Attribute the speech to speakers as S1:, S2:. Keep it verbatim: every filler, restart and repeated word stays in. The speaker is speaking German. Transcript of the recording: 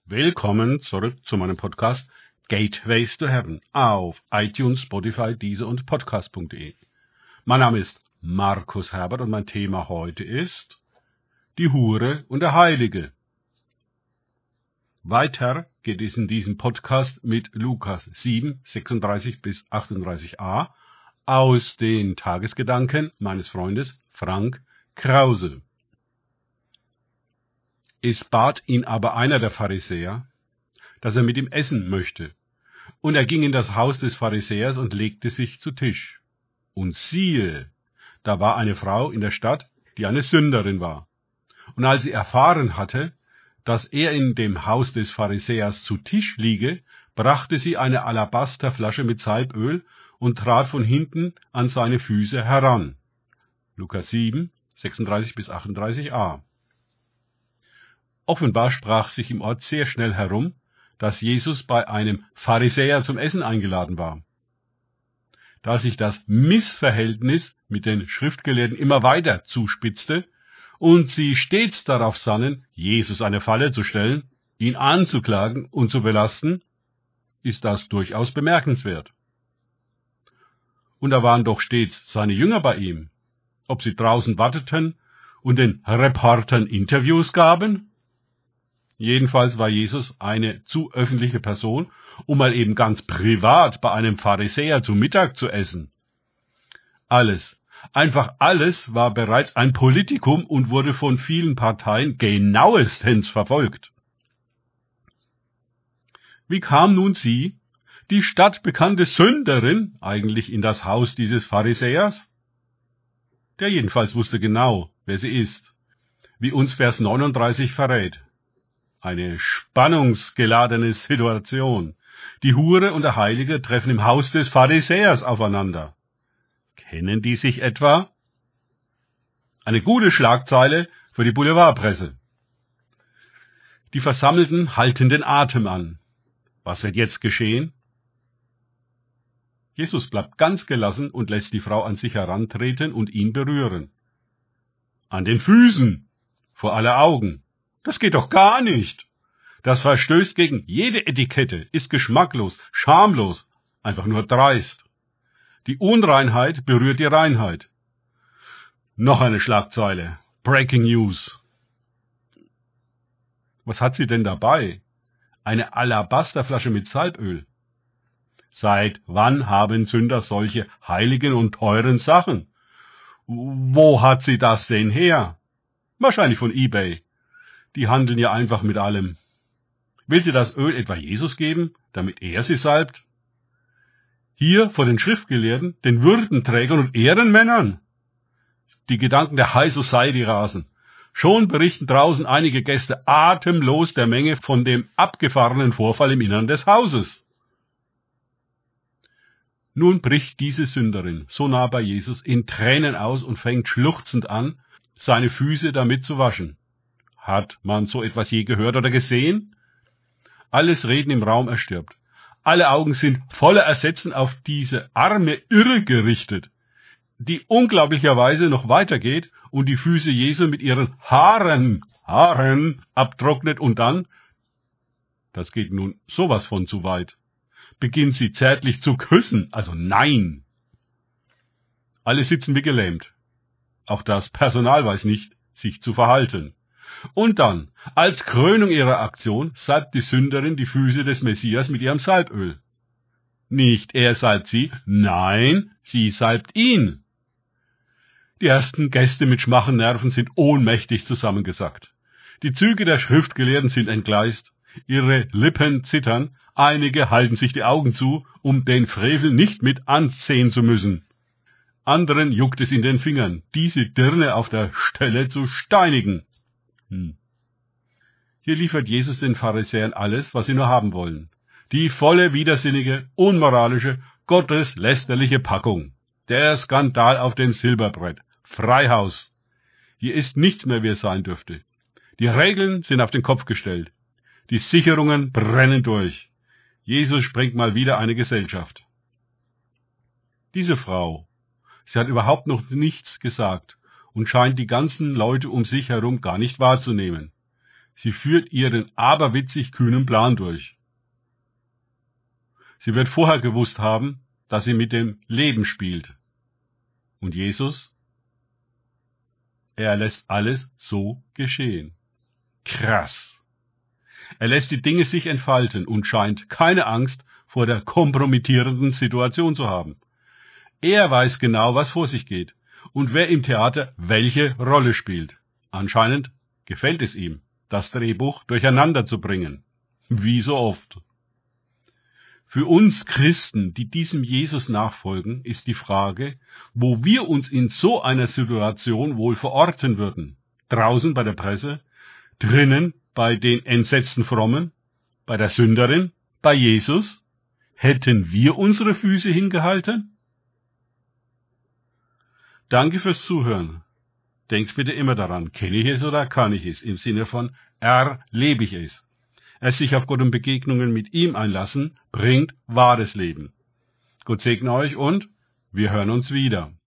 S1: Willkommen zurück zu meinem Podcast Gateways to Heaven auf iTunes, Spotify, Deezer und Podcast punkt de. Mein Name ist Markus Herbert und mein Thema heute ist die Hure und der Heilige. Weiter geht es in diesem Podcast mit Lukas sieben, sechsunddreißig bis achtunddreißig a aus den Tagesgedanken meines Freundes Frank Krause. Es bat ihn aber einer der Pharisäer, dass er mit ihm essen möchte. Und er ging in das Haus des Pharisäers und legte sich zu Tisch. Und siehe, da war eine Frau in der Stadt, die eine Sünderin war. Und als sie erfahren hatte, dass er in dem Haus des Pharisäers zu Tisch liege, brachte sie eine Alabasterflasche mit Salböl und trat von hinten an seine Füße heran. Lukas sieben, sechsunddreißig bis achtunddreißig a. Offenbar sprach sich im Ort sehr schnell herum, dass Jesus bei einem Pharisäer zum Essen eingeladen war. Da sich das Missverhältnis mit den Schriftgelehrten immer weiter zuspitzte und sie stets darauf sannen, Jesus eine Falle zu stellen, ihn anzuklagen und zu belasten, ist das durchaus bemerkenswert. Und da waren doch stets seine Jünger bei ihm, ob sie draußen warteten und den Reportern Interviews gaben. Jedenfalls war Jesus eine zu öffentliche Person, um mal eben ganz privat bei einem Pharisäer zu Mittag zu essen. Alles, einfach alles war bereits ein Politikum und wurde von vielen Parteien genauestens verfolgt. Wie kam nun sie, die stadtbekannte Sünderin, eigentlich in das Haus dieses Pharisäers? Der jedenfalls wusste genau, wer sie ist, wie uns Vers neununddreißig verrät. Eine spannungsgeladene Situation. Die Hure und der Heilige treffen im Haus des Pharisäers aufeinander. Kennen die sich etwa? Eine gute Schlagzeile für die Boulevardpresse. Die Versammelten halten den Atem an. Was wird jetzt geschehen? Jesus bleibt ganz gelassen und lässt die Frau an sich herantreten und ihn berühren. An den Füßen, vor aller Augen. Das geht doch gar nicht. Das verstößt gegen jede Etikette, ist geschmacklos, schamlos, einfach nur dreist. Die Unreinheit berührt die Reinheit. Noch eine Schlagzeile. Breaking News. Was hat sie denn dabei? Eine Alabasterflasche mit Salböl. Seit wann haben Sünder solche heiligen und teuren Sachen? Wo hat sie das denn her? Wahrscheinlich von eBay. Die handeln ja einfach mit allem. Will sie das Öl etwa Jesus geben, damit er sie salbt? Hier vor den Schriftgelehrten, den Würdenträgern und Ehrenmännern? Die Gedanken der High Society rasen. Schon berichten draußen einige Gäste atemlos der Menge von dem abgefahrenen Vorfall im Innern des Hauses. Nun bricht diese Sünderin so nah bei Jesus in Tränen aus und fängt schluchzend an, seine Füße damit zu waschen. Hat man so etwas je gehört oder gesehen? Alles Reden im Raum erstirbt. Alle Augen sind voller Entsetzen auf diese arme Irre gerichtet, die unglaublicherweise noch weitergeht und die Füße Jesu mit ihren Haaren, Haaren abtrocknet und dann, das geht nun sowas von zu weit, beginnt sie zärtlich zu küssen, also nein. Alle sitzen wie gelähmt. Auch das Personal weiß nicht, sich zu verhalten. Und dann, als Krönung ihrer Aktion, salbt die Sünderin die Füße des Messias mit ihrem Salböl. Nicht er salbt sie, nein, sie salbt ihn. Die ersten Gäste mit schwachen Nerven sind ohnmächtig zusammengesackt. Die Züge der Schriftgelehrten sind entgleist, ihre Lippen zittern, einige halten sich die Augen zu, um den Frevel nicht mit ansehen zu müssen. Anderen juckt es in den Fingern, diese Dirne auf der Stelle zu steinigen. Hm. Hier liefert Jesus den Pharisäern alles, was sie nur haben wollen. Die volle, widersinnige, unmoralische, gotteslästerliche Packung. Der Skandal auf dem Silberbrett. Freihaus. Hier ist nichts mehr, wie es sein dürfte. Die Regeln sind auf den Kopf gestellt. Die Sicherungen brennen durch. Jesus sprengt mal wieder eine Gesellschaft. Diese Frau, sie hat überhaupt noch nichts gesagt und scheint die ganzen Leute um sich herum gar nicht wahrzunehmen. Sie führt ihren aberwitzig kühnen Plan durch. Sie wird vorher gewusst haben, dass sie mit dem Leben spielt. Und Jesus? Er lässt alles so geschehen. Krass. Er lässt die Dinge sich entfalten und scheint keine Angst vor der kompromittierenden Situation zu haben. Er weiß genau, was vor sich geht und wer im Theater welche Rolle spielt. Anscheinend gefällt es ihm, das Drehbuch durcheinander zu bringen. Wie so oft. Für uns Christen, die diesem Jesus nachfolgen, ist die Frage, wo wir uns in so einer Situation wohl verorten würden. Draußen bei der Presse, drinnen bei den entsetzten Frommen, bei der Sünderin, bei Jesus. Hätten wir unsere Füße hingehalten? Danke fürs Zuhören. Denkt bitte immer daran, kenne ich es oder kann ich es? Im Sinne von erlebe ich es. Es sich auf Gott und Begegnungen mit ihm einlassen, bringt wahres Leben. Gott segne euch und wir hören uns wieder.